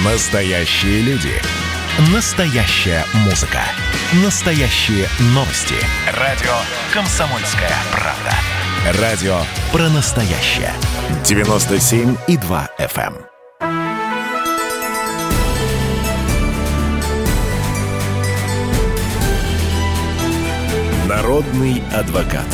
Настоящие люди. Настоящая музыка. Настоящие новости. Радио «Комсомольская правда». Радио про настоящее. 97,2 FM. Народный адвокат.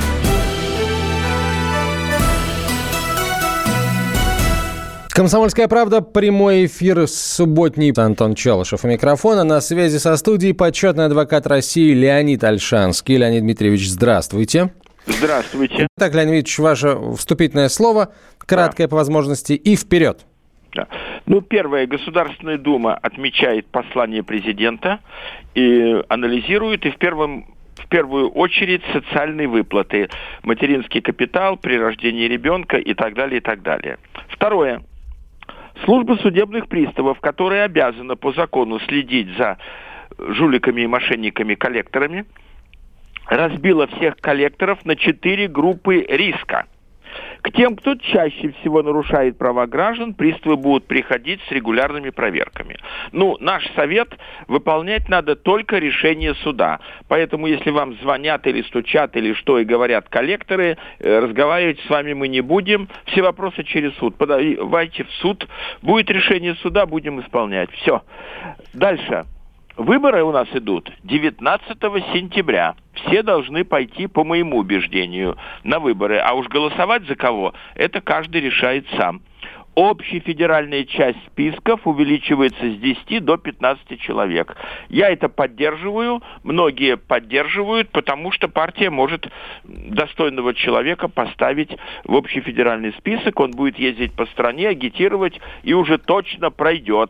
«Комсомольская правда», прямой эфир субботний. Антон Челышев у микрофона. На связи со студией почетный адвокат России Леонид Ольшанский. Леонид Дмитриевич, здравствуйте. Здравствуйте. Так, Леонид Дмитриевич, ваше вступительное слово, краткое по возможности, и вперед. Да. Первое. Государственная Дума отмечает послание президента и анализирует, и в первую очередь социальные выплаты, материнский капитал при рождении ребенка и так далее, и так далее. Второе. Служба судебных приставов, которая обязана по закону следить за жуликами и мошенниками-коллекторами, разбила всех коллекторов на 4 группы риска. К тем, кто чаще всего нарушает права граждан, приставы будут приходить с регулярными проверками. Наш совет: выполнять надо только решение суда. Поэтому, если вам звонят или стучат, или что, и говорят коллекторы, разговаривать с вами мы не будем. Все вопросы через суд. Подавайте в суд. Будет решение суда, будем исполнять. Все. Дальше. Выборы у нас идут 19 сентября. Все должны пойти, по моему убеждению, на выборы. А уж голосовать за кого, это каждый решает сам. Общефедеральная часть списков увеличивается с 10 до 15 человек. Я это поддерживаю, многие поддерживают, потому что партия может достойного человека поставить в общефедеральный список. Он будет ездить по стране, агитировать и уже точно пройдет.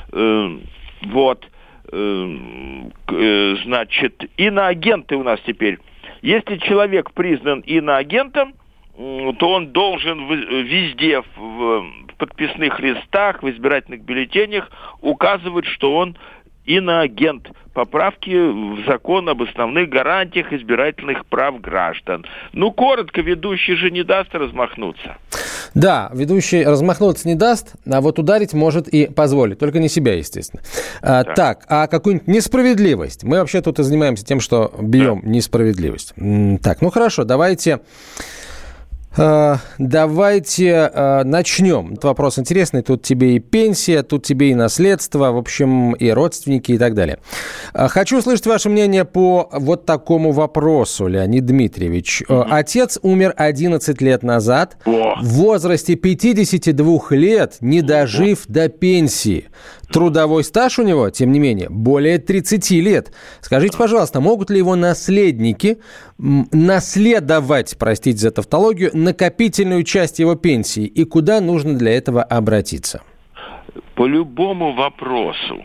Иноагенты у нас теперь. Если человек признан иноагентом, то он должен везде в подписных листах, в избирательных бюллетенях указывать, что он иноагент. Поправки в закон об основных гарантиях избирательных прав граждан. Коротко, ведущий же не даст размахнуться. Да, ведущий размахнуться не даст, а вот ударить может и позволит. Только не себя, естественно. Так, а какую-нибудь несправедливость? Мы вообще тут и занимаемся тем, что бьем несправедливость. Так, хорошо, давайте начнем. Этот вопрос интересный. Тут тебе и пенсия, тут тебе и наследство, в общем, и родственники и так далее. Хочу услышать ваше мнение по вот такому вопросу, Леонид Дмитриевич. Отец умер 11 лет назад, в возрасте 52 лет, не дожив до пенсии. Трудовой стаж у него, тем не менее, более 30 лет. Скажите, пожалуйста, могут ли его наследники наследовать, простите за тавтологию, накопительную часть его пенсии? И куда нужно для этого обратиться? По любому вопросу,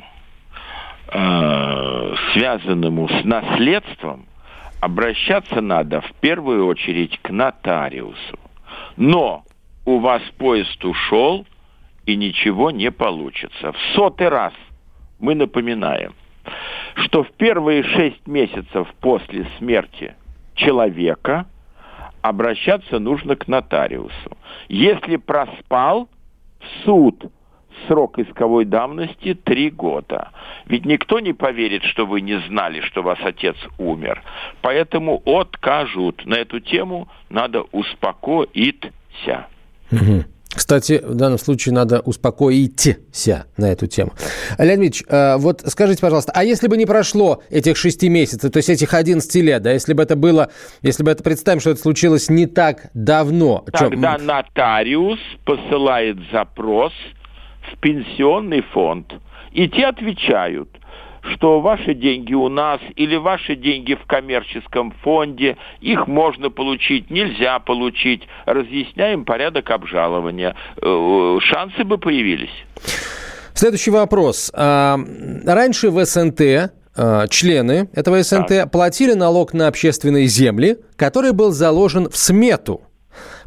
связанному с наследством, обращаться надо в первую очередь к нотариусу. Но у вас поезд ушел, и ничего не получится. В 100-й раз мы напоминаем, что в первые 6 месяцев после смерти человека обращаться нужно к нотариусу. Если проспал, в суд. Срок исковой давности 3 года. Ведь никто не поверит, что вы не знали, что ваш отец умер. Поэтому откажут. На эту тему надо успокоиться. Кстати, в данном случае надо успокоиться на эту тему. Леонид Ильич, вот скажите, пожалуйста, а если бы не прошло этих 6 месяцев, то есть этих 11 лет, да, если бы это представим, что это случилось не так давно. Тогда нотариус посылает запрос в пенсионный фонд, и те отвечают, что ваши деньги у нас или ваши деньги в коммерческом фонде, их можно получить, нельзя получить. Разъясняем порядок обжалования. Шансы бы появились. Следующий вопрос. Раньше в СНТ члены этого СНТ платили налог на общественные земли, который был заложен в смету.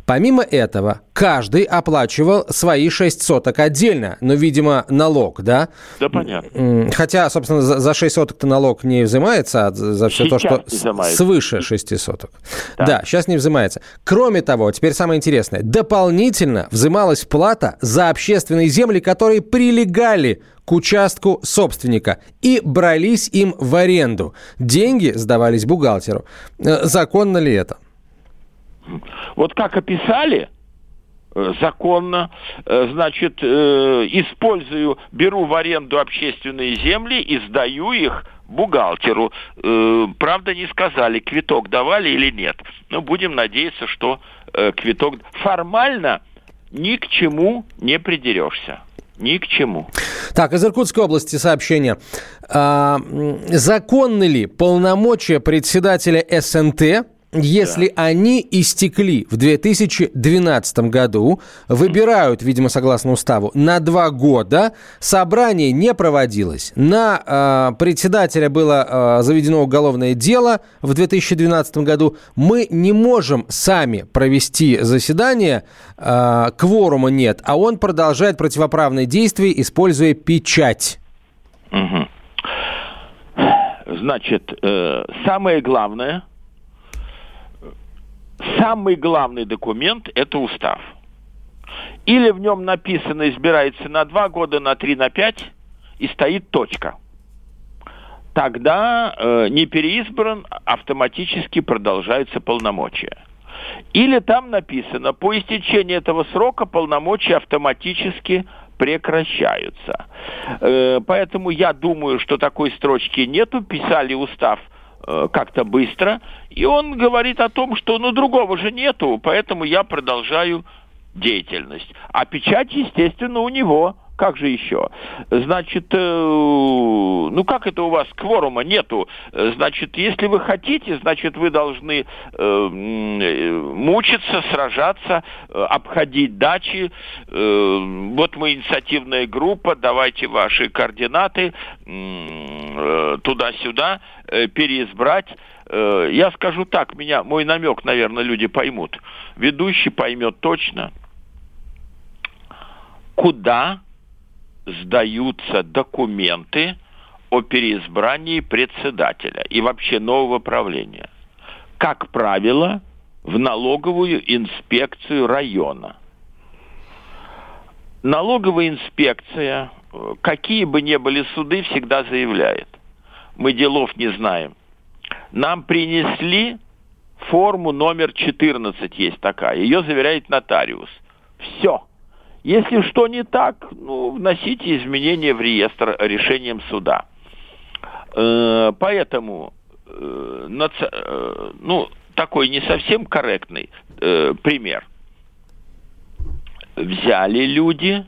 Помимо этого, каждый оплачивал свои 6 соток отдельно. Но, видимо, налог, да? Да, понятно. Хотя, собственно, за 6 соток-то налог не взимается, а за все сейчас то, что свыше 6 соток. Да, сейчас не взимается. Кроме того, теперь самое интересное. Дополнительно взималась плата за общественные земли, которые прилегали к участку собственника и брались им в аренду. Деньги сдавались бухгалтеру. Законно ли это? Вот как описали, законно, значит, беру в аренду общественные земли и сдаю их бухгалтеру. Правда, не сказали, квиток давали или нет. Но будем надеяться, что квиток... Формально ни к чему не придерешься. Ни к чему. Так, из Иркутской области сообщение. Законны ли полномочия председателя СНТ, если они истекли в 2012 году, выбирают, видимо, согласно уставу, на 2 года, собрание не проводилось, на председателя было заведено уголовное дело в 2012 году, мы не можем сами провести заседание, кворума нет, а он продолжает противоправные действия, используя печать. Угу. Значит, самое главное... Самый главный документ – это устав. Или в нем написано «избирается на 2 года, на 3, на 5» и стоит точка. Тогда не переизбран, автоматически продолжаются полномочия. Или там написано «по истечении этого срока полномочия автоматически прекращаются». Поэтому я думаю, что такой строчки нету, писали устав как-то быстро, и он говорит о том, что другого же нету, поэтому я продолжаю деятельность. А печать, естественно, у него. Как же еще? Значит, как это у вас кворума нету? Значит, если вы хотите, значит, вы должны мучиться, сражаться, обходить дачи. Вот мы инициативная группа, давайте ваши координаты туда-сюда, переизбрать. Я скажу так, мой намек, наверное, люди поймут. Ведущий поймет точно, куда сдаются документы о переизбрании председателя и вообще нового правления. Как правило, в налоговую инспекцию района. Налоговая инспекция, какие бы ни были суды, всегда заявляет: мы делов не знаем. Нам принесли форму номер 14, есть такая, ее заверяет нотариус. Все. Если что не так, вносите изменения в реестр решением суда. Поэтому, такой не совсем корректный пример. Взяли люди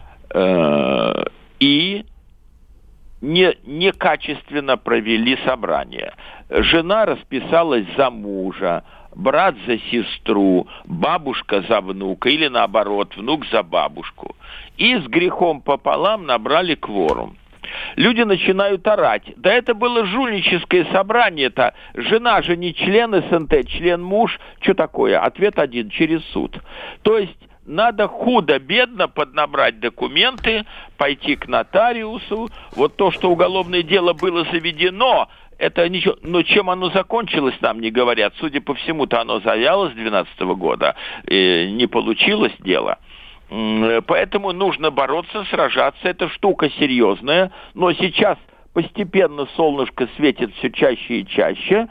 и некачественно провели собрание. Жена расписалась за мужа, брат за сестру, бабушка за внука, или наоборот, внук за бабушку. И с грехом пополам набрали кворум. Люди начинают орать. Да это было жульническое собрание-то. Жена же не член СНТ, член муж. Что такое? Ответ один: через суд. То есть надо худо-бедно поднабрать документы, пойти к нотариусу. Вот то, что уголовное дело было заведено, это ничего. Но чем оно закончилось, нам не говорят. Судя по всему-то, оно завялось с 2012 года. Не получилось дело. Поэтому нужно бороться, сражаться. Это штука серьезная. Но сейчас постепенно солнышко светит все чаще и чаще.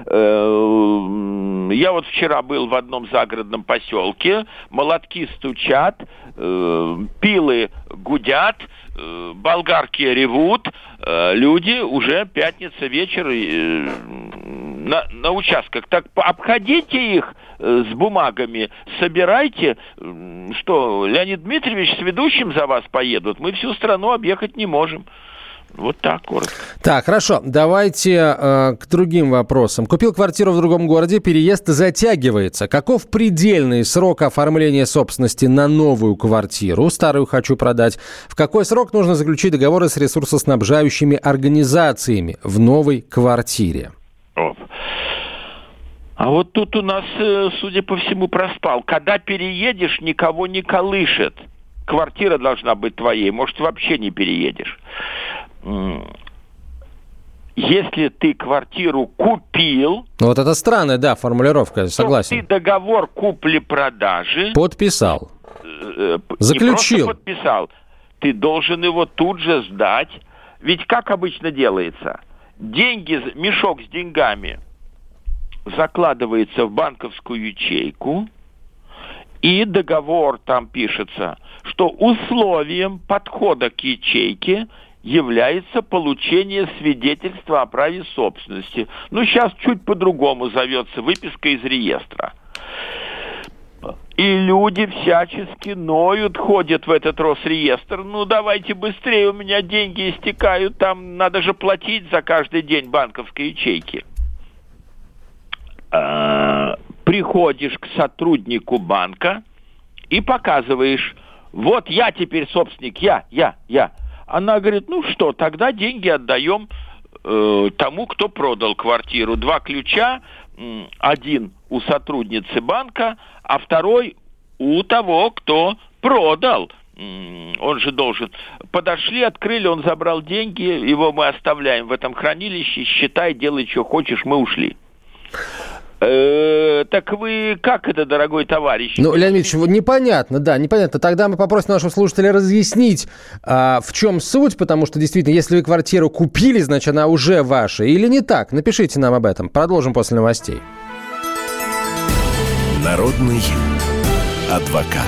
Я вот вчера был в одном загородном поселке. Молотки стучат, пилы гудят, болгарки ревут. Люди уже пятница вечер на участках. Так обходите их с бумагами, собирайте. Что, Леонид Дмитриевич с ведущим за вас поедут? Мы всю страну объехать не можем. Вот так, коротко. Так, хорошо. Давайте к другим вопросам. Купил квартиру в другом городе, переезд затягивается. Каков предельный срок оформления собственности на новую квартиру? Старую хочу продать. В какой срок нужно заключить договоры с ресурсоснабжающими организациями в новой квартире? А вот тут у нас, судя по всему, проспал. Когда переедешь, никого не колышет. Квартира должна быть твоей, может, вообще не переедешь. Если ты квартиру купил... Вот это странная, да, формулировка, согласен. То ты договор купли-продажи... Подписал. Заключил. Не просто подписал. Ты должен его тут же сдать. Ведь как обычно делается? Мешок с деньгами закладывается в банковскую ячейку, и договор там пишется, что условием подхода к ячейке является получение свидетельства о праве собственности. Сейчас чуть по-другому зовется, выписка из реестра. И люди всячески ноют, ходят в этот Росреестр. Давайте быстрее, у меня деньги истекают, там надо же платить за каждый день банковской ячейки. Приходишь к сотруднику банка и показываешь, вот я теперь собственник, я. Она говорит, тогда деньги отдаем тому, кто продал квартиру. 2 ключа, один у сотрудницы банка, а второй у того, кто продал. Он же должен. Подошли, открыли, он забрал деньги, его мы оставляем в этом хранилище, считай, делай, что хочешь, мы ушли. Так вы как это, дорогой товарищ? Леонид Ильич, непонятно. Тогда мы попросим нашего слушателя разъяснить, в чем суть, потому что, действительно, если вы квартиру купили, значит, она уже ваша. Или не так? Напишите нам об этом. Продолжим после новостей. Народный адвокат.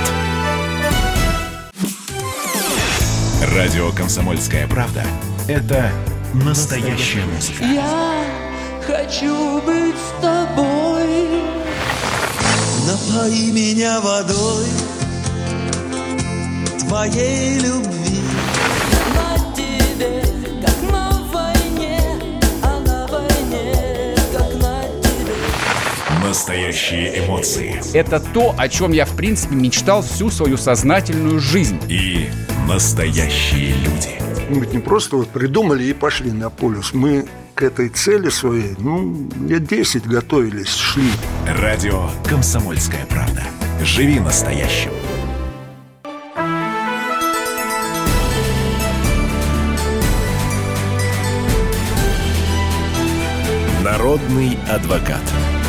Радио «Комсомольская правда» — это настоящая музыка. Я хочу быть с тобой. Напои меня водой твоей любви. На тебе, как на войне, а на войне, как на тебе. Настоящие эмоции. Это то, о чем я, в принципе, мечтал всю свою сознательную жизнь. И настоящие люди. Мы ведь не просто придумали и пошли на полюс. Мы к этой цели своей, лет 10 готовились, шли. Радио «Комсомольская правда». Живи настоящим. Народный адвокат.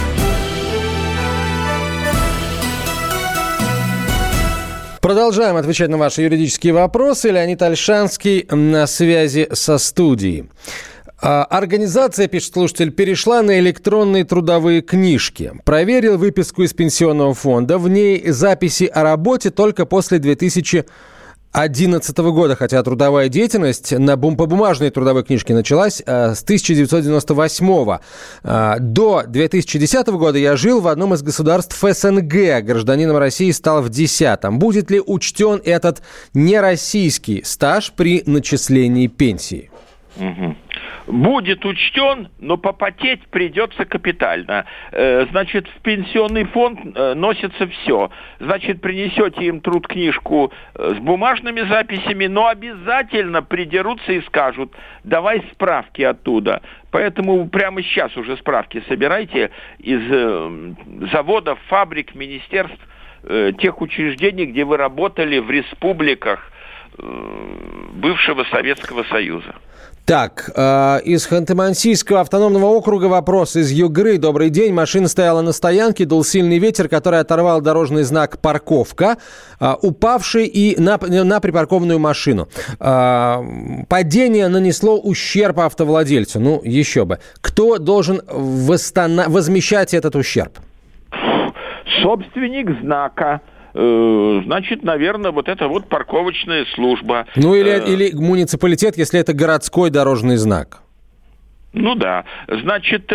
Продолжаем отвечать на ваши юридические вопросы. Леонид Ольшанский на связи со студией. Организация, пишет слушатель, перешла на электронные трудовые книжки. Проверил выписку из пенсионного фонда. В ней записи о работе только после 2011 года, хотя трудовая деятельность по бумажной трудовой книжке началась с 1998. До 2010 года я жил в одном из государств СНГ. Гражданином России стал в 10-м. Будет ли учтен этот нероссийский стаж при начислении пенсии? Будет учтен, но попотеть придется капитально. Значит, в пенсионный фонд носится все. Значит, принесете им трудкнижку с бумажными записями, но обязательно придерутся и скажут, давай справки оттуда. Поэтому прямо сейчас уже справки собирайте из заводов, фабрик, министерств, тех учреждений, где вы работали в республиках бывшего Советского Союза. Так, из Ханты-Мансийского автономного округа вопрос из Югры. Добрый день. Машина стояла на стоянке, дул сильный ветер, который оторвал дорожный знак «Парковка», упавший и на припаркованную машину. Падение нанесло ущерб автовладельцу. Еще бы. Кто должен возмещать этот ущерб? Собственник знака. Значит, наверное, это парковочная служба. Или муниципалитет, если это городской дорожный знак. Да. Значит,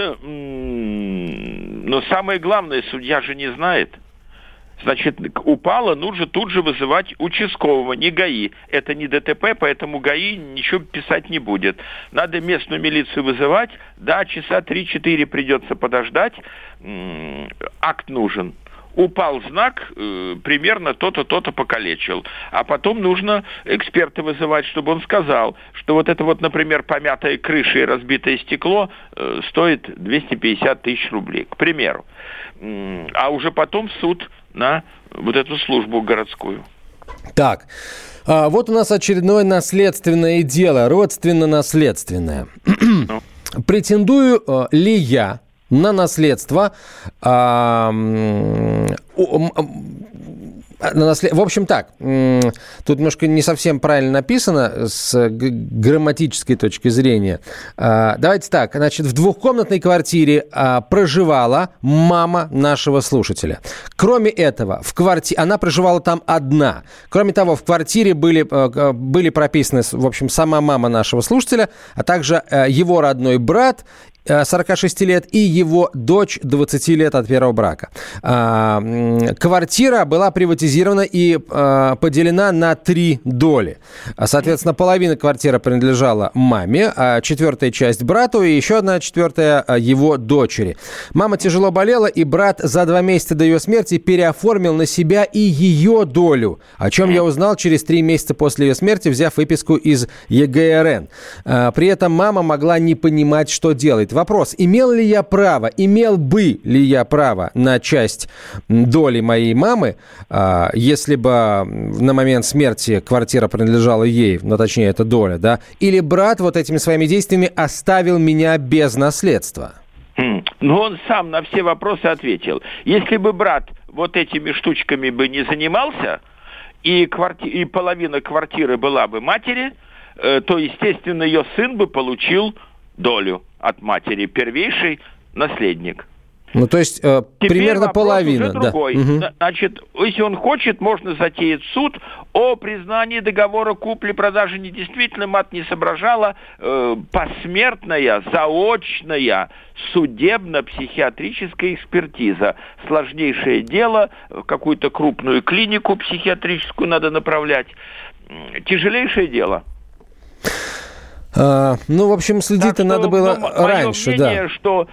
но самое главное, судья же не знает. Значит, упало, нужно тут же вызывать участкового, не ГАИ. Это не ДТП, поэтому ГАИ ничего писать не будет. Надо местную милицию вызывать. Да, часа 3-4 придется подождать. Акт нужен. упал знак, примерно то-то, то-то покалечил. А потом нужно эксперта вызывать, чтобы он сказал, что вот это вот, например, помятая крыша и разбитое стекло стоит 250 тысяч рублей, к примеру. А уже потом в суд на вот эту службу городскую. Так, вот у нас очередное наследственное дело, родственно-наследственное. Претендую ли я на наследство, в общем так, тут немножко не совсем правильно написано с грамматической точки зрения. Давайте так, значит, в двухкомнатной квартире проживала мама нашего слушателя. Кроме этого, она проживала там одна. Кроме того, в квартире были прописаны, в общем, сама мама нашего слушателя, а также его родной брат 46 лет и его дочь 20 лет от первого брака. Квартира была приватизирована и поделена на 3 доли. Соответственно, половина квартиры принадлежала маме, а 4-я часть брату и еще 1/4 его дочери. Мама тяжело болела, и брат за 2 месяца до ее смерти переоформил на себя и ее долю, о чем я узнал через 3 месяца после ее смерти, взяв выписку из ЕГРН. При этом мама могла не понимать, что делать. Вопрос, имел бы ли я право на часть доли моей мамы, если бы на момент смерти квартира принадлежала ей, ну, точнее, эта доля, да, или брат вот этими своими действиями оставил меня без наследства? Ну, он сам на все вопросы ответил. Если бы брат вот этими штучками бы не занимался, и половина квартиры была бы матери, то, естественно, ее сын бы получил долю от матери, первейший наследник. Ну, то есть примерно половина. Уже другой. Да. Значит, если он хочет, можно затеять суд о признании договора купли-продажи недействительным, мат не соображала, посмертная, заочная, судебно-психиатрическая экспертиза. Сложнейшее дело, в какую-то крупную клинику психиатрическую надо направлять. Тяжелейшее дело. Ну, в общем, следить-то надо было раньше, мнение, да. Что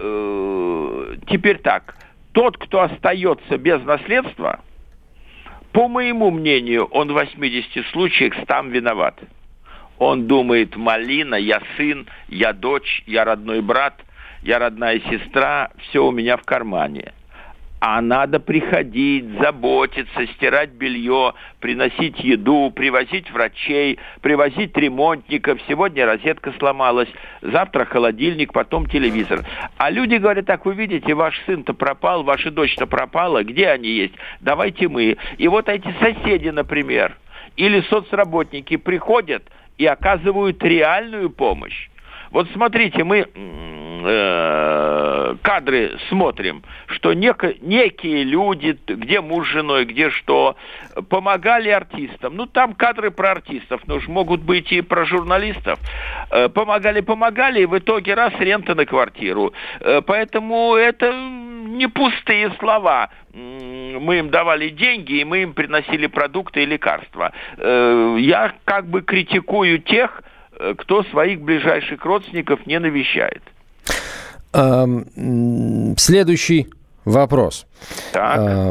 теперь так, тот, кто остается без наследства, по моему мнению, он в 80 случаях сам виноват. Он думает, малина, я сын, я дочь, я родной брат, я родная сестра, все у меня в кармане. А надо приходить, заботиться, стирать белье, приносить еду, привозить врачей, привозить ремонтников. Сегодня розетка сломалась, завтра холодильник, потом телевизор. А люди говорят, так, вы видите, ваш сын-то пропал, ваша дочь-то пропала, где они есть? Давайте мы. И вот эти соседи, например, или соцработники приходят и оказывают реальную помощь. Вот смотрите, мы кадры смотрим, что некие люди, где муж с женой, где что, помогали артистам. Ну, там кадры про артистов, но уж могут быть и про журналистов. Помогали, и в итоге раз рента на квартиру. Поэтому это не пустые слова. Мы им давали деньги, и мы им приносили продукты и лекарства. Я как бы критикую тех, кто своих ближайших родственников не навещает. Следующий вопрос. Так.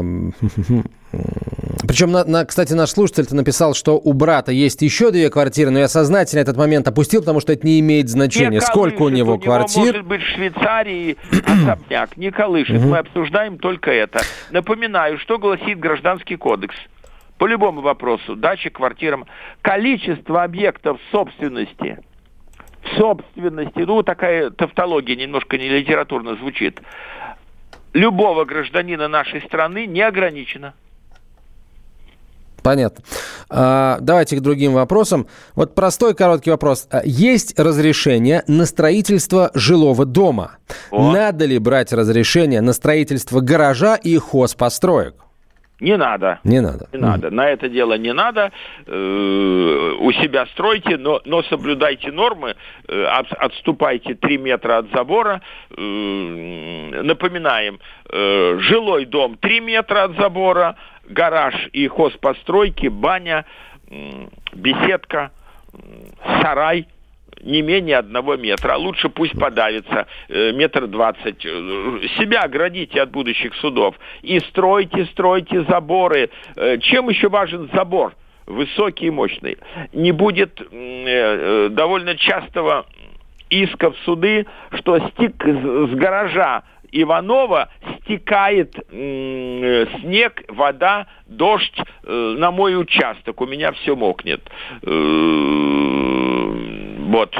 Причем, кстати, наш слушатель-то написал, что у брата есть еще 2 квартиры, но я сознательно этот момент опустил, потому что это не имеет значения. Сколько у него квартир? Может быть, в Швейцарии особняк, не колышет. Мы обсуждаем только это. Напоминаю, что гласит Гражданский кодекс. По любому вопросу, дача, квартирам, количество объектов собственности, ну, такая тавтология немножко не литературно звучит, любого гражданина нашей страны не ограничено. Понятно. Давайте к другим вопросам. Вот простой короткий вопрос. Есть разрешение на строительство жилого дома? Надо ли брать разрешение на строительство гаража и хозпостроек? Не надо. Не надо. Не надо. На это дело не надо. У себя стройте, но соблюдайте нормы. Отступайте 3 метра от забора. Напоминаем, жилой дом 3 метра от забора, гараж и хозпостройки, баня, беседка, сарай не менее 1 метра, а лучше пусть подавится 1,20 метра. Себя оградите от будущих судов. И стройте заборы. Чем еще важен забор? Высокий и мощный. Не будет довольно частого иска в суды, что с гаража Иванова стекает снег, вода, дождь на мой участок. У меня все мокнет. Вот.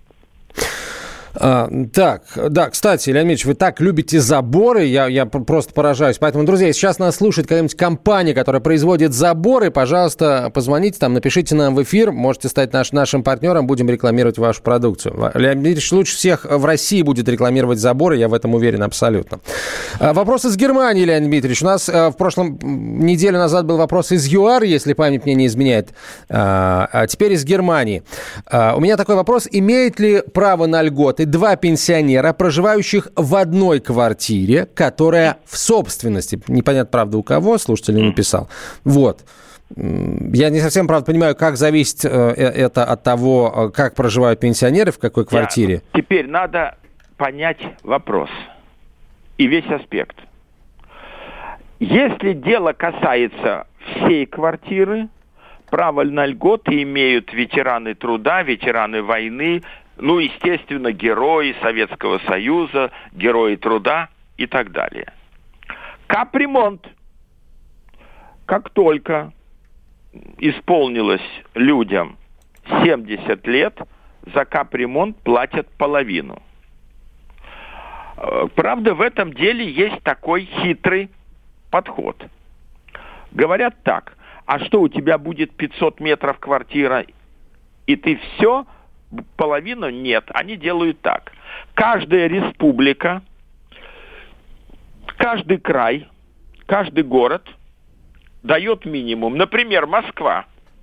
Так, да, кстати, Леонид Ильич, вы так любите заборы, я просто поражаюсь. Поэтому, друзья, сейчас нас слушает какая-нибудь компания, которая производит заборы, пожалуйста, позвоните там, напишите нам в эфир, можете стать нашим партнером, будем рекламировать вашу продукцию. Леонид Ильич лучше всех в России будет рекламировать заборы, я в этом уверен абсолютно. Вопрос из Германии, Леонид Дмитриевич. У нас в прошлом неделю назад был вопрос из ЮАР, если память мне не изменяет, а теперь из Германии. У меня такой вопрос. Имеет ли право на льготы 2 пенсионера, проживающих в одной квартире, которая в собственности? Непонятно, правда, у кого, слушатель написал. Вот. Я не совсем, правда, понимаю, как зависит это от того, как проживают пенсионеры, в какой квартире. Теперь надо понять вопрос и весь аспект. Если дело касается всей квартиры, право на льготы имеют ветераны труда, ветераны войны, ну, естественно, герои Советского Союза, герои труда и так далее. Капремонт. Как только исполнилось людям 70 лет, за капремонт платят половину. Правда, в этом деле есть такой хитрый подход. Говорят так: а что, у тебя будет 500 метров квартира, и ты все... Половину нет. Они делают так. Каждая республика, каждый край, каждый город дает минимум. Например, Москва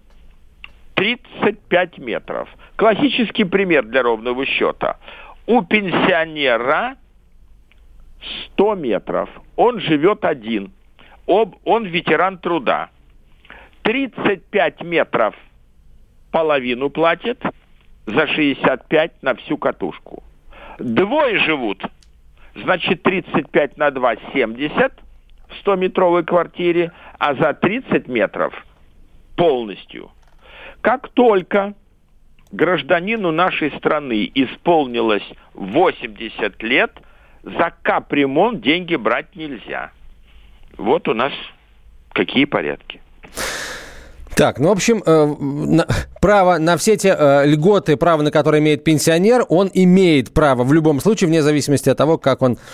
35 метров. Классический пример для ровного счета. У пенсионера 100 метров. Он живет один. Он ветеран труда. 35 метров половину платит, за 65 на всю катушку. 2 живут, значит, 35 на 2 – 70 в 100-метровой квартире, а за 30 метров полностью. Как только гражданину нашей страны исполнилось 80 лет, за капремонт деньги брать нельзя. Вот у нас какие порядки. Так, ну, в общем, право на все те льготы, право на которые имеет пенсионер, он имеет право в любом случае, вне зависимости от того, как он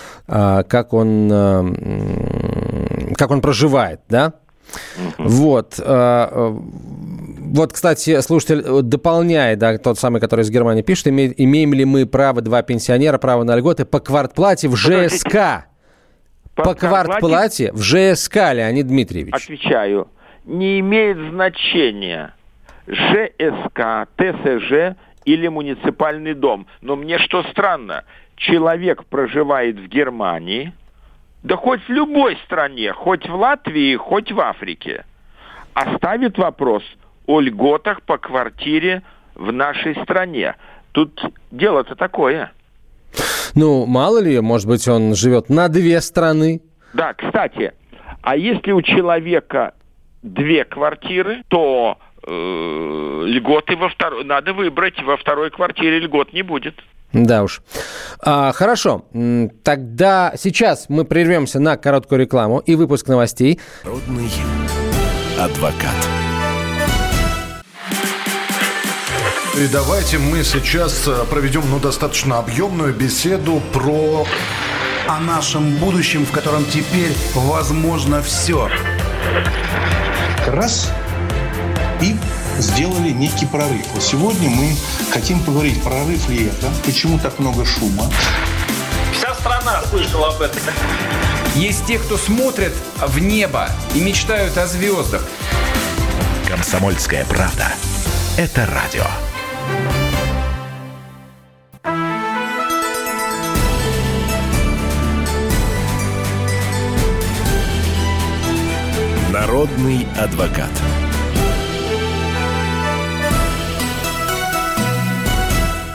проживает, да? Вот. Вот, кстати, слушатель дополняет, да, тот самый, который из Германии пишет, имеем ли мы право, 2 пенсионера, право на льготы по квартплате в ЖСК? По квартплате в ЖСК, Леонид Дмитриевич. Отвечаю. Не имеет значения ЖСК, ТСЖ или муниципальный дом. Но мне что странно, человек проживает в Германии, да хоть в любой стране, хоть в Латвии, хоть в Африке, а ставит вопрос о льготах по квартире в нашей стране. Тут дело-то такое. Ну, мало ли, может быть, он живет на 2 страны. Да, кстати, а если у человека 2 квартиры, то льготы надо выбрать. Во 2-й квартире льгот не будет. Да уж. Хорошо. Тогда сейчас мы прервемся на короткую рекламу и выпуск новостей. Народный адвокат. И давайте мы сейчас проведем достаточно объемную беседу про... О нашем будущем, в котором теперь возможно все. Раз и сделали некий прорыв. Вот сегодня мы хотим поговорить, прорыв ли это, почему так много шума. Вся страна слышала об этом. Есть те, кто смотрят в небо и мечтают о звездах. «Комсомольская правда» – это радио. Народный адвокат.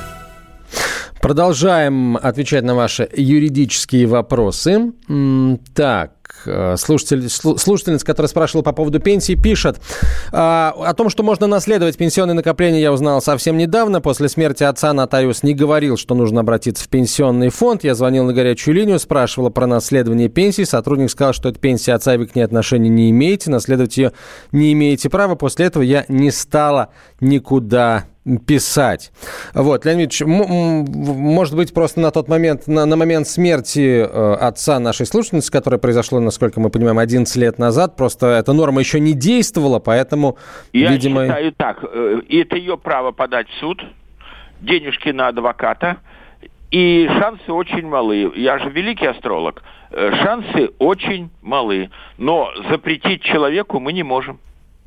Продолжаем отвечать на ваши юридические вопросы. Так, слушательница, которая спрашивала по поводу пенсии, пишет о том, что можно наследовать пенсионные накопления, я узнал совсем недавно. После смерти отца нотариус не говорил, что нужно обратиться в пенсионный фонд. Я звонил на горячую линию, спрашивала про наследование пенсии. Сотрудник сказал, что это пенсия отца, и вы к ней отношения не имеете, наследовать ее не имеете права. После этого я не стала никуда писать. Вот, Леонид Ильич, может быть, просто на тот момент, на момент смерти отца нашей слушательницы, которое произошло, насколько мы понимаем, 11 лет назад, просто эта норма еще не действовала, поэтому, видимо... Я считаю так, это ее право подать в суд, денежки на адвоката, и шансы очень малы. Я же великий астролог. Шансы очень малы, но запретить человеку мы не можем.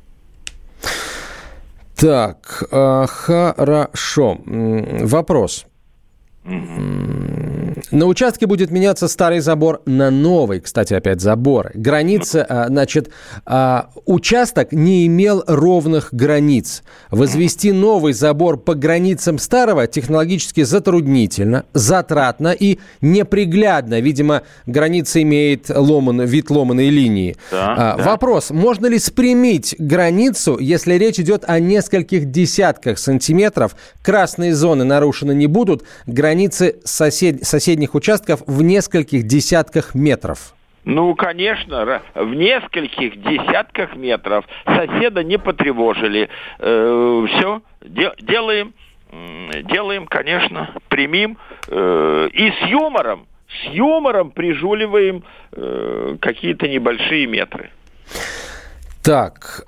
Так, хорошо. Вопрос. На участке будет меняться старый забор на новый, кстати, опять забор. Граница, значит, участок не имел ровных границ. Возвести новый забор по границам старого технологически затруднительно, затратно и неприглядно. Видимо, граница имеет вид ломаной линии. Да. Вопрос, можно ли спрямить границу, если речь идет о нескольких десятках сантиметров? Красные зоны нарушены не будут, границы соседних участков в нескольких десятках метров. Ну, конечно, в нескольких десятках метров соседа не потревожили. Все, делаем, конечно, примем. И с юмором прижуливаем какие-то небольшие метры. Так...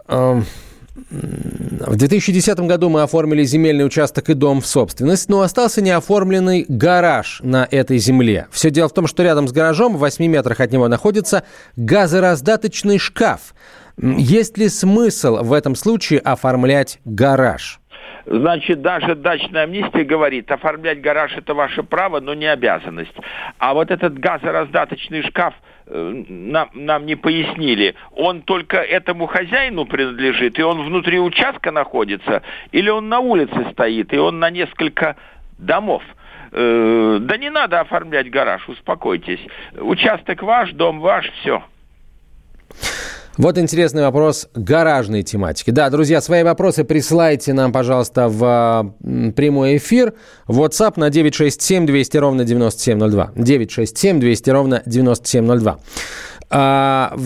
В 2010 году мы оформили земельный участок и дом в собственность, но остался неоформленный гараж на этой земле. Все дело в том, что рядом с гаражом, в 8 метрах от него, находится газораздаточный шкаф. Есть ли смысл в этом случае оформлять гараж? Значит, даже дачная амнистия говорит, оформлять гараж – это ваше право, но не обязанность. А вот этот газораздаточный шкаф нам не пояснили. Он только этому хозяину принадлежит, и он внутри участка находится, или он на улице стоит, и он на несколько домов. Да не надо оформлять гараж, успокойтесь. Участок ваш, дом ваш, все. Вот интересный вопрос гаражной тематики. Да, друзья, свои вопросы присылайте нам, пожалуйста, в прямой эфир. WhatsApp на 967-200-97-02. 967-200-97-02. В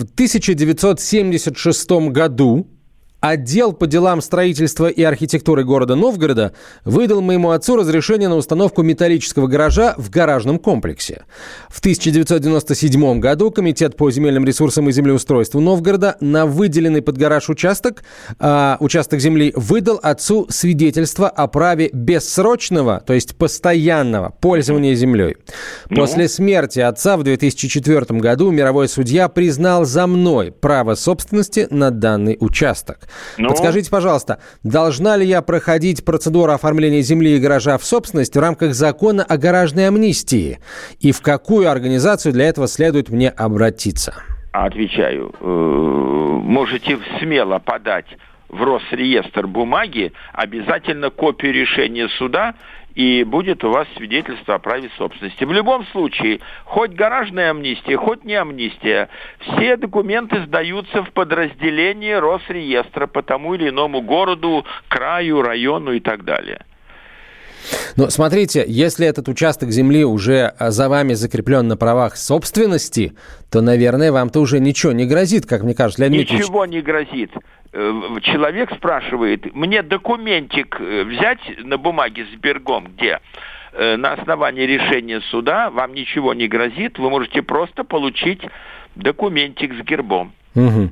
1976 году отдел по делам строительства и архитектуры города Новгорода выдал моему отцу разрешение на установку металлического гаража в гаражном комплексе. В 1997 году Комитет по земельным ресурсам и землеустройству Новгорода на выделенный под гараж участок земли выдал отцу свидетельство о праве бессрочного, то есть постоянного пользования землей. После смерти отца в 2004 году мировой судья признал за мной право собственности на данный участок. Подскажите, пожалуйста, должна ли я проходить процедуру оформления земли и гаража в собственность в рамках закона о гаражной амнистии? И в какую организацию для этого следует мне обратиться? Отвечаю. Можете смело подать в Росреестр бумаги, обязательно копию решения суда, и будет у вас свидетельство о праве собственности. В любом случае, хоть гаражная амнистия, хоть не амнистия, все документы сдаются в подразделение Росреестра по тому или иному городу, краю, району и так далее. Но смотрите, если этот участок земли уже за вами закреплен на правах собственности, то, наверное, вам-то уже ничего не грозит, как мне кажется, Леонид Ильич. Ничего не грозит. Человек спрашивает, мне документик взять на бумаге с бергом, где на основании решения суда вам ничего не грозит, вы можете просто получить документик с гербом. Угу.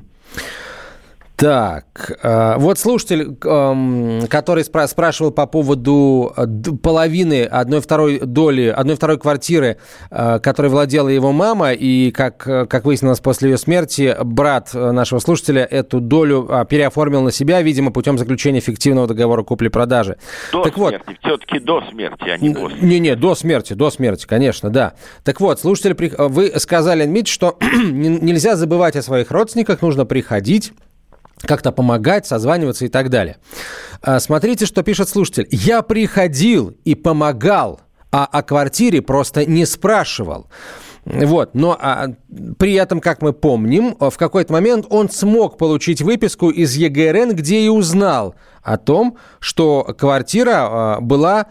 Так, вот слушатель, который спрашивал по поводу половины, 1/2 квартиры, которой владела его мама, и, как выяснилось после ее смерти, брат нашего слушателя эту долю переоформил на себя, видимо, путем заключения фиктивного договора купли-продажи. Все-таки до смерти, а не после. Не, до смерти, конечно, да. Так вот, слушатель, вы сказали, Дмитрий, что нельзя забывать о своих родственниках, нужно приходить, как-то помогать, созваниваться и так далее. Смотрите, что пишет слушатель. «Я приходил и помогал, а о квартире просто не спрашивал. Вот. Но при этом, как мы помним, в какой-то момент он смог получить выписку из ЕГРН, где и узнал о том, что квартира была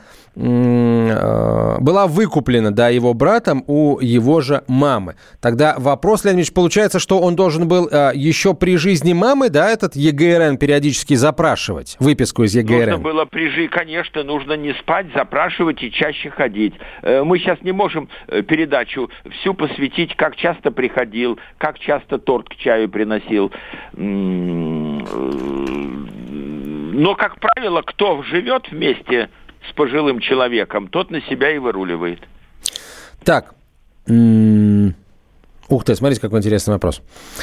выкуплена, да, его братом у его же мамы. Тогда вопрос, Леонид Ильич, получается, что он должен был еще при жизни мамы, да, этот ЕГРН периодически запрашивать, выписку из ЕГРН? Нужно было конечно, нужно не спать, запрашивать и чаще ходить. Мы сейчас не можем передачу всю посвятить, как часто приходил, как часто торт к чаю приносил. Но, как правило, кто живет вместе с пожилым человеком, тот на себя и выруливает. Так. Ух ты, смотрите, какой интересный вопрос.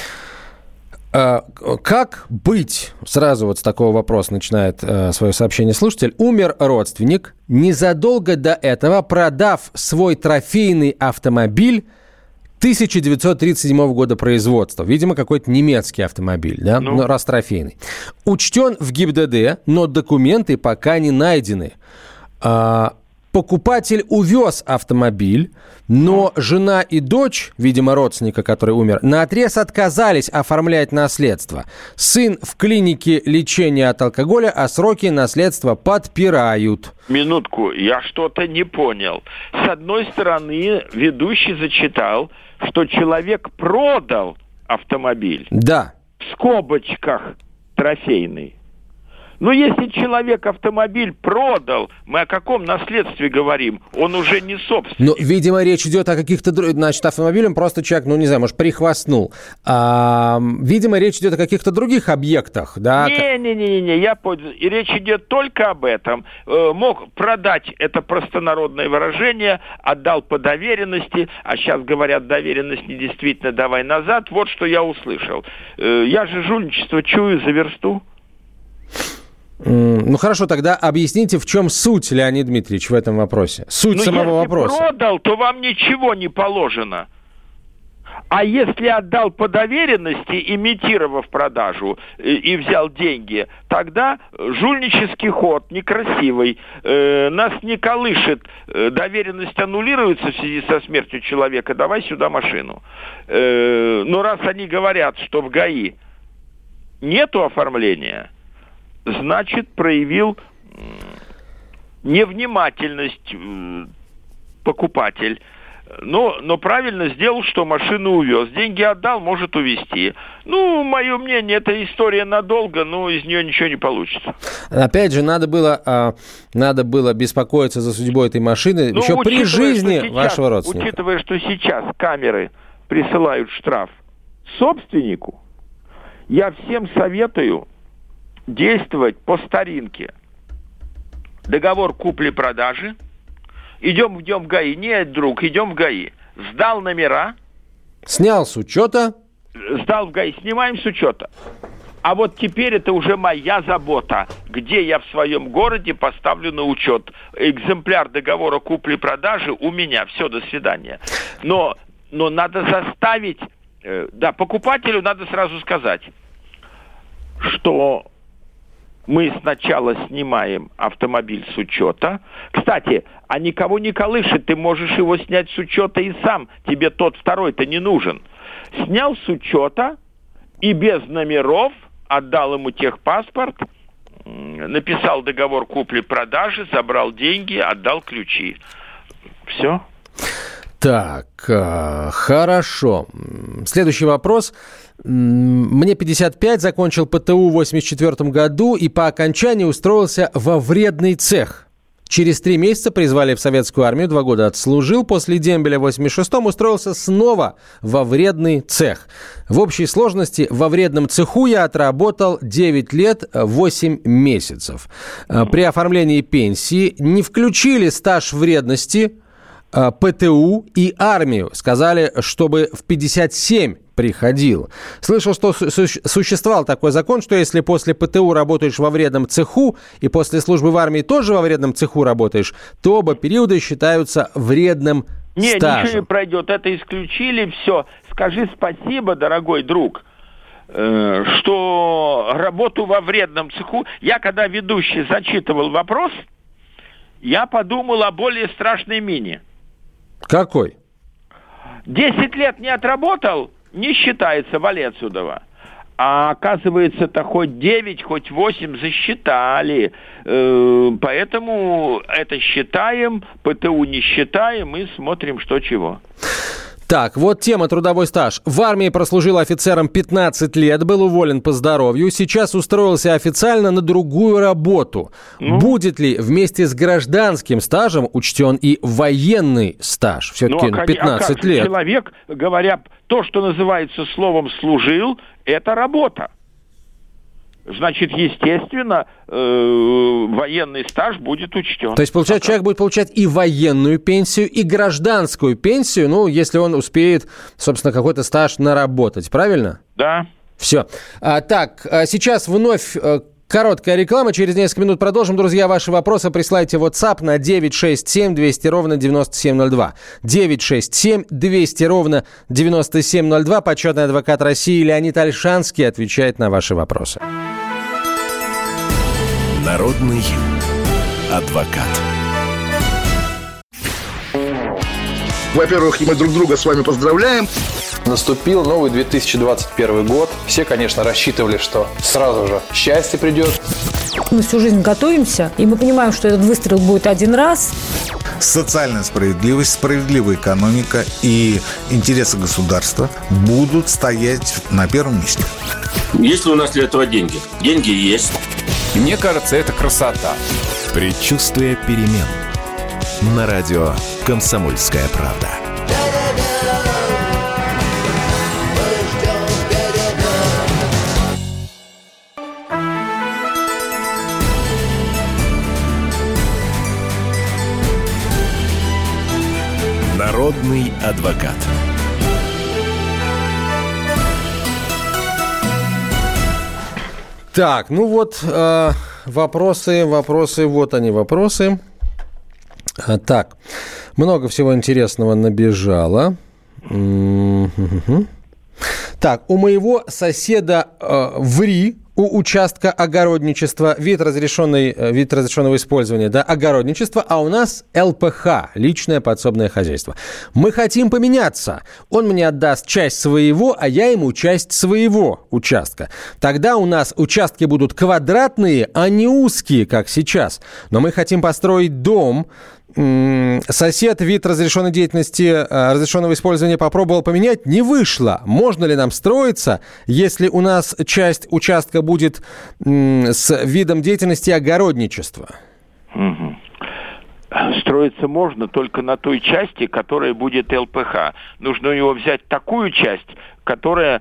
Как быть? Сразу вот с такого вопроса начинает свое сообщение слушатель. Умер родственник, незадолго до этого продав свой трофейный автомобиль 1937 года производства. Видимо, какой-то немецкий автомобиль, да? Ну, раз трофейный. Учтен в ГИБДД, но документы пока не найдены. Покупатель увез автомобиль, но жена и дочь, видимо, родственника, который умер, наотрез отказались оформлять наследство. Сын в клинике лечения от алкоголя, а сроки наследства подпирают. Минутку, я что-то не понял. С одной стороны, ведущий зачитал, что человек продал автомобиль. Да. В скобочках трофейный. Но если человек автомобиль продал, мы о каком наследстве говорим? Он уже не собственник. Ну, видимо, речь идет о каких-то... Значит, автомобилем просто человек, ну, не знаю, может, прихвастнул. Видимо, речь идет о каких-то других объектах, да? Не-не-не, я понял. И речь идет только об этом. Мог продать, это простонародное выражение, отдал по доверенности, а сейчас говорят, доверенность недействительна, давай назад. Вот что я услышал. Я же жульничество чую за версту. Ну хорошо, тогда объясните, в чем суть, Леонид Дмитриевич, в этом вопросе. Суть самого вопроса. Если продал, то вам ничего не положено. А если отдал по доверенности, имитировав продажу и взял деньги, тогда жульнический ход, некрасивый, нас не колышет, доверенность аннулируется в связи со смертью человека, давай сюда машину. Но раз они говорят, что в ГАИ нету оформления, значит, проявил невнимательность покупатель. Но правильно сделал, что машину увез. Деньги отдал, может увезти. Ну, мое мнение, это история надолго, но из нее ничего не получится. Опять же, надо было беспокоиться за судьбой этой машины еще при жизни вашего родственника. Учитывая, что сейчас камеры присылают штраф собственнику, я всем советую действовать по старинке. Договор купли-продажи. Идем в ГАИ. Нет, друг, идем в ГАИ. Сдал номера. Снял с учета. Сдал в ГАИ. Снимаем с учета. А вот теперь это уже моя забота. Где я в своем городе поставлю на учет. Экземпляр договора купли-продажи у меня. Все, до свидания. Но надо заставить... покупателю надо сразу сказать, что... Мы сначала снимаем автомобиль с учета. Кстати, а никого не колышет, ты можешь его снять с учета и сам. Тебе тот второй-то не нужен. Снял с учета и без номеров отдал ему техпаспорт, написал договор купли-продажи, забрал деньги, отдал ключи. Все. Так, хорошо. Следующий вопрос. Мне 55, закончил ПТУ в 84 году и по окончании устроился во вредный цех. Через 3 месяца призвали в советскую армию, 2 года отслужил. После дембеля в 86-м устроился снова во вредный цех. В общей сложности во вредном цеху я отработал 9 лет 8 месяцев. При оформлении пенсии не включили стаж вредности, ПТУ и армию. Сказали, чтобы в 57 приходил. Слышал, что существовал такой закон, что если после ПТУ работаешь во вредном цеху и после службы в армии тоже во вредном цеху работаешь, то оба периода считаются вредным стажем. Ничего не пройдет. Это исключили, все. Скажи спасибо, дорогой друг, что работу во вредном цеху... Я, когда ведущий зачитывал вопрос, я подумал о более страшной мине. Какой? 10 лет не отработал, не считается, вали отсюда. А оказывается-то хоть 9, хоть 8 засчитали. Поэтому это считаем, ПТУ не считаем и смотрим, что чего. Так, вот тема трудовой стаж. В армии прослужил офицером 15 лет, был уволен по здоровью, сейчас устроился официально на другую работу. Будет ли вместе с гражданским стажем учтен и военный стаж? Все-таки 15 лет. Человек, говоря то, что называется словом «служил», это работа. Значит, естественно, военный стаж будет учтен. То есть, получается, человек будет получать и военную пенсию, и гражданскую пенсию, ну, если он успеет, собственно, какой-то стаж наработать, правильно? Да. Все. Так, сейчас вновь короткая реклама. Через несколько минут продолжим. Друзья, ваши вопросы присылайте в WhatsApp на 967-200-97-02. 967-200-97-02. Почетный адвокат России Леонид Ольшанский отвечает на ваши вопросы. Народный адвокат. Во-первых, мы друг друга с вами поздравляем. Наступил новый 2021 год. Все, конечно, рассчитывали, что сразу же счастье придет. Мы всю жизнь готовимся, и мы понимаем, что этот выстрел будет один раз. Социальная справедливость, справедливая экономика и интересы государства будут стоять на первом месте. Есть ли у нас для этого деньги? Деньги есть. Мне кажется, это красота. Предчувствие перемен. На радио «Комсомольская правда». Народный адвокат. Так, ну вот вопросы, вот они вопросы. Так, много всего интересного набежало. Так, у моего соседа у участка огородничества вид разрешенного использования, да, огородничество, а у нас ЛПХ, личное подсобное хозяйство. Мы хотим поменяться. Он мне отдаст часть своего, а я ему часть своего участка. Тогда у нас участки будут квадратные, а не узкие, как сейчас. Но мы хотим построить дом. Сосед вид разрешенной деятельности, разрешенного использования попробовал поменять, не вышло. Можно ли нам строиться, если у нас часть участка будет с видом деятельности огородничества? Строиться можно только на той части, которая будет ЛПХ. Нужно у него взять такую часть, которая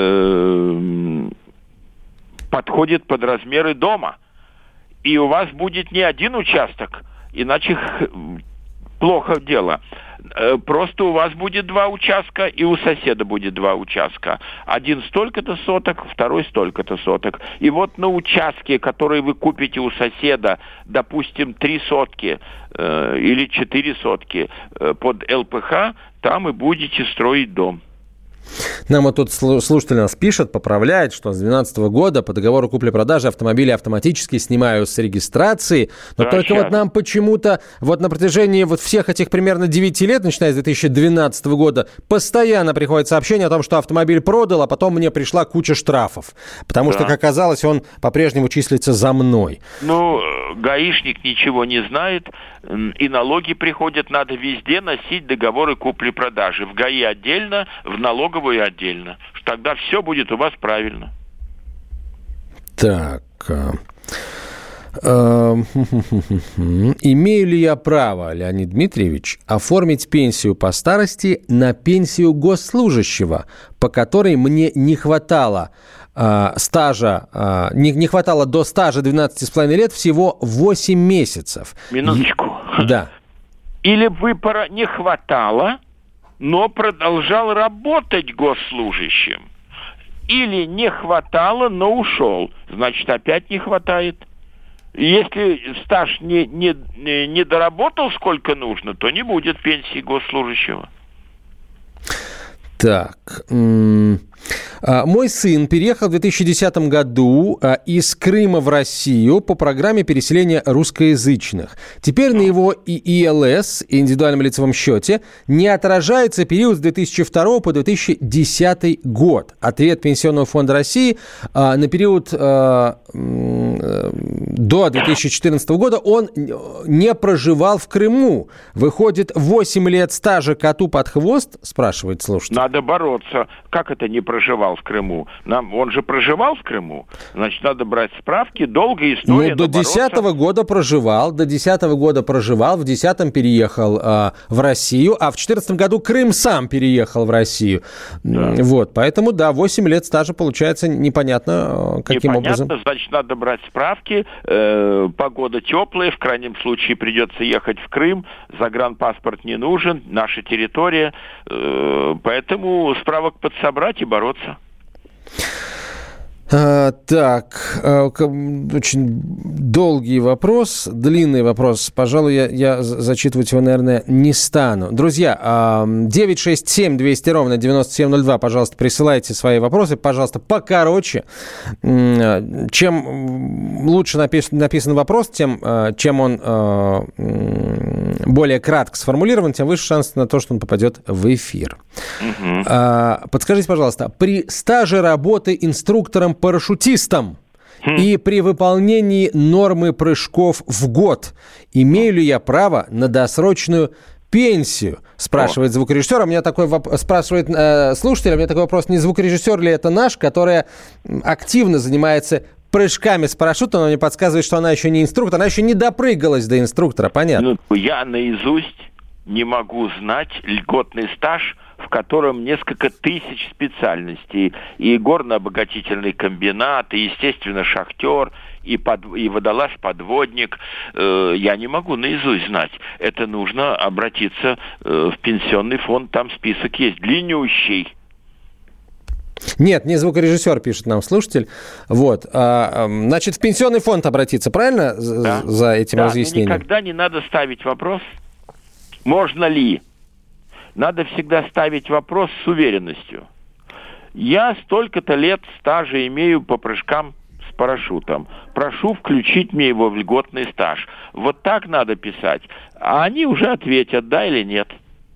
подходит под размеры дома. И у вас будет не один участок, иначе плохо дело. Просто у вас будет 2 участка, и у соседа будет 2 участка. Один столько-то соток, второй столько-то соток. И вот на участке, который вы купите у соседа, допустим, 3 сотки или 4 сотки под ЛПХ, там и будете строить дом. Нам вот тут слушатель нас пишет, поправляет, что с 2012 года по договору купли-продажи автомобили автоматически снимают с регистрации. Но да, только сейчас. Вот нам почему-то вот на протяжении вот всех этих примерно 9 лет, начиная с 2012 года, постоянно приходит сообщение о том, что автомобиль продал, а потом мне пришла куча штрафов. Потому что, как оказалось, он по-прежнему числится за мной. Ну, гаишник ничего не знает, и налоги приходят, надо везде носить договоры купли-продажи. В ГАИ отдельно, в налоговую отдельно. Тогда все будет у вас правильно. Так. Имею ли я право, Леонид Дмитриевич, оформить пенсию по старости на пенсию госслужащего, по которой мне не хватало стажа, не хватало до стажа 12,5 лет всего 8 месяцев? Минуточку. Да. Или вы не хватало, но продолжал работать госслужащим. Или не хватало, но ушел. Значит, опять не хватает. Если стаж не доработал сколько нужно, то не будет пенсии госслужащего. Так. Мой сын переехал в 2010 году из Крыма в Россию по программе переселения русскоязычных. Теперь на его ИЛС, индивидуальном лицевом счете, не отражается период с 2002 по 2010 год. Ответ Пенсионного фонда России: на период до 2014 года он не проживал в Крыму. Выходит, 8 лет стажа коту под хвост, спрашивает слушатель. Надо бороться. Как это не проживал в Крыму? Он же проживал в Крыму. Значит, надо брать справки. Долгая история. До 10-го года проживал. До 10-го года проживал. В 10-м переехал в Россию. А в 14-м году Крым сам переехал в Россию. Да. Вот. Поэтому, да, 8 лет стажа получается непонятно, каким образом. Значит, надо брать справки. Погода теплая. В крайнем случае придется ехать в Крым. Загранпаспорт не нужен. Наша территория. Поэтому справок подсобрать и бороться. Так, очень долгий вопрос, длинный вопрос. Пожалуй, я зачитывать его, наверное, не стану. Друзья, 967-200-97-02, пожалуйста, присылайте свои вопросы, пожалуйста, покороче. Чем лучше написан вопрос, чем он более кратко сформулирован, тем выше шанс на то, что он попадет в эфир. Подскажите, пожалуйста, при стаже работы инструктором-парашютистом и при выполнении нормы прыжков в год имею ли я право на досрочную пенсию? Спрашивает звукорежиссер. У меня такой спрашивает слушатель, у меня такой вопрос: не звукорежиссер ли это наш, которая активно занимается прыжками с парашютом? Она мне подсказывает, что она еще не инструктор, она еще не допрыгалась до инструктора, понятно. Я наизусть не могу знать льготный стаж, в котором несколько тысяч специальностей. И горно-обогатительный комбинат, и, естественно, шахтер, и водолаз-подводник. Я не могу наизусть знать. Это нужно обратиться в пенсионный фонд, там список есть длиннющий. Нет, не звукорежиссер, пишет нам слушатель. Вот. Значит, в пенсионный фонд обратиться, правильно? Да. За этим разъяснением? Никогда не надо ставить вопрос, можно ли. Надо всегда ставить вопрос с уверенностью. Я столько-то лет стажа имею по прыжкам с парашютом. Прошу включить мне его в льготный стаж. Вот так надо писать. А они уже ответят, да или нет.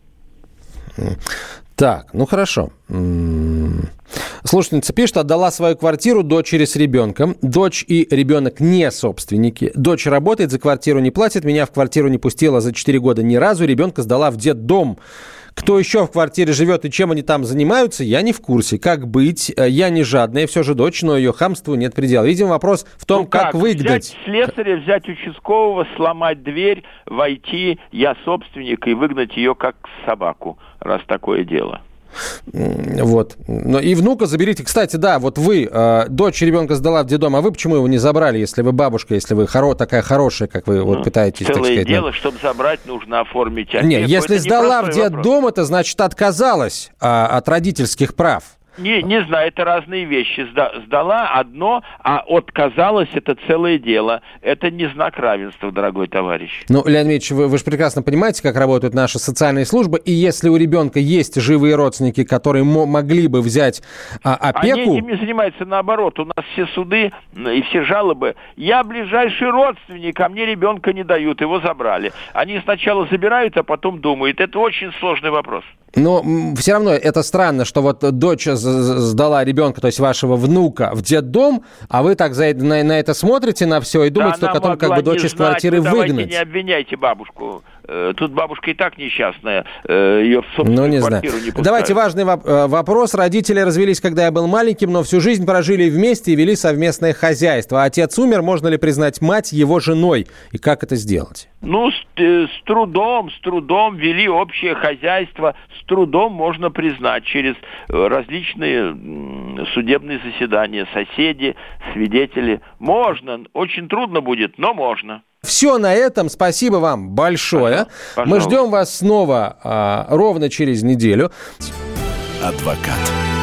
Так, ну хорошо. Слушательница пишет: отдала свою квартиру дочери с ребенком. Дочь и ребенок не собственники. Дочь работает, за квартиру не платит. Меня в квартиру не пустила за 4 года ни разу. Ребенка сдала в детдом. Кто еще в квартире живет и чем они там занимаются, я не в курсе. Как быть? Я не жадная, все же дочь, но ее хамству нет предела. Видимо, вопрос в том, как выгнать. Взять слесаря, взять участкового, сломать дверь, войти, я собственник, и выгнать ее как собаку, раз такое дело. Вот. Но и внука заберите. Кстати, да, вот вы, дочь ребенка сдала в детдом, а вы почему его не забрали, если вы бабушка, если вы такая хорошая, как вы вот пытаетесь, так сказать? Целое дело, чтобы забрать, нужно оформить опеку. Нет, если сдала в детдом, это значит отказалась от родительских прав. Не знаю, это разные вещи. Сдала одно, а отказалась — это целое дело. Это не знак равенства, дорогой товарищ. Ну, Леонид Ильич, вы же прекрасно понимаете, как работают наши социальные службы. И если у ребенка есть живые родственники, которые могли бы взять опеку... Они этим не занимаются, наоборот. У нас все суды и все жалобы. Я ближайший родственник, а мне ребенка не дают, его забрали. Они сначала забирают, а потом думают. Это очень сложный вопрос. Но все равно это странно, что вот дочь сдала ребенка, то есть вашего внука, в детдом, а вы так на это смотрите, на все, и думаете только о том, как бы дочь из квартиры выгнать. Давайте не обвиняйте бабушку. Тут бабушка и так несчастная. Ее в собственную квартиру не пускают. Давайте важный вопрос. Родители развелись, когда я был маленьким, но всю жизнь прожили вместе и вели совместное хозяйство. Отец умер, можно ли признать мать его женой? И как это сделать? Ну, с трудом вели общее хозяйство. С трудом можно признать через различные судебные заседания. Соседи, свидетели. Можно. Очень трудно будет, но можно. Все на этом. Спасибо вам большое. Пожалуйста. Мы ждем вас снова ровно через неделю. Адвокат.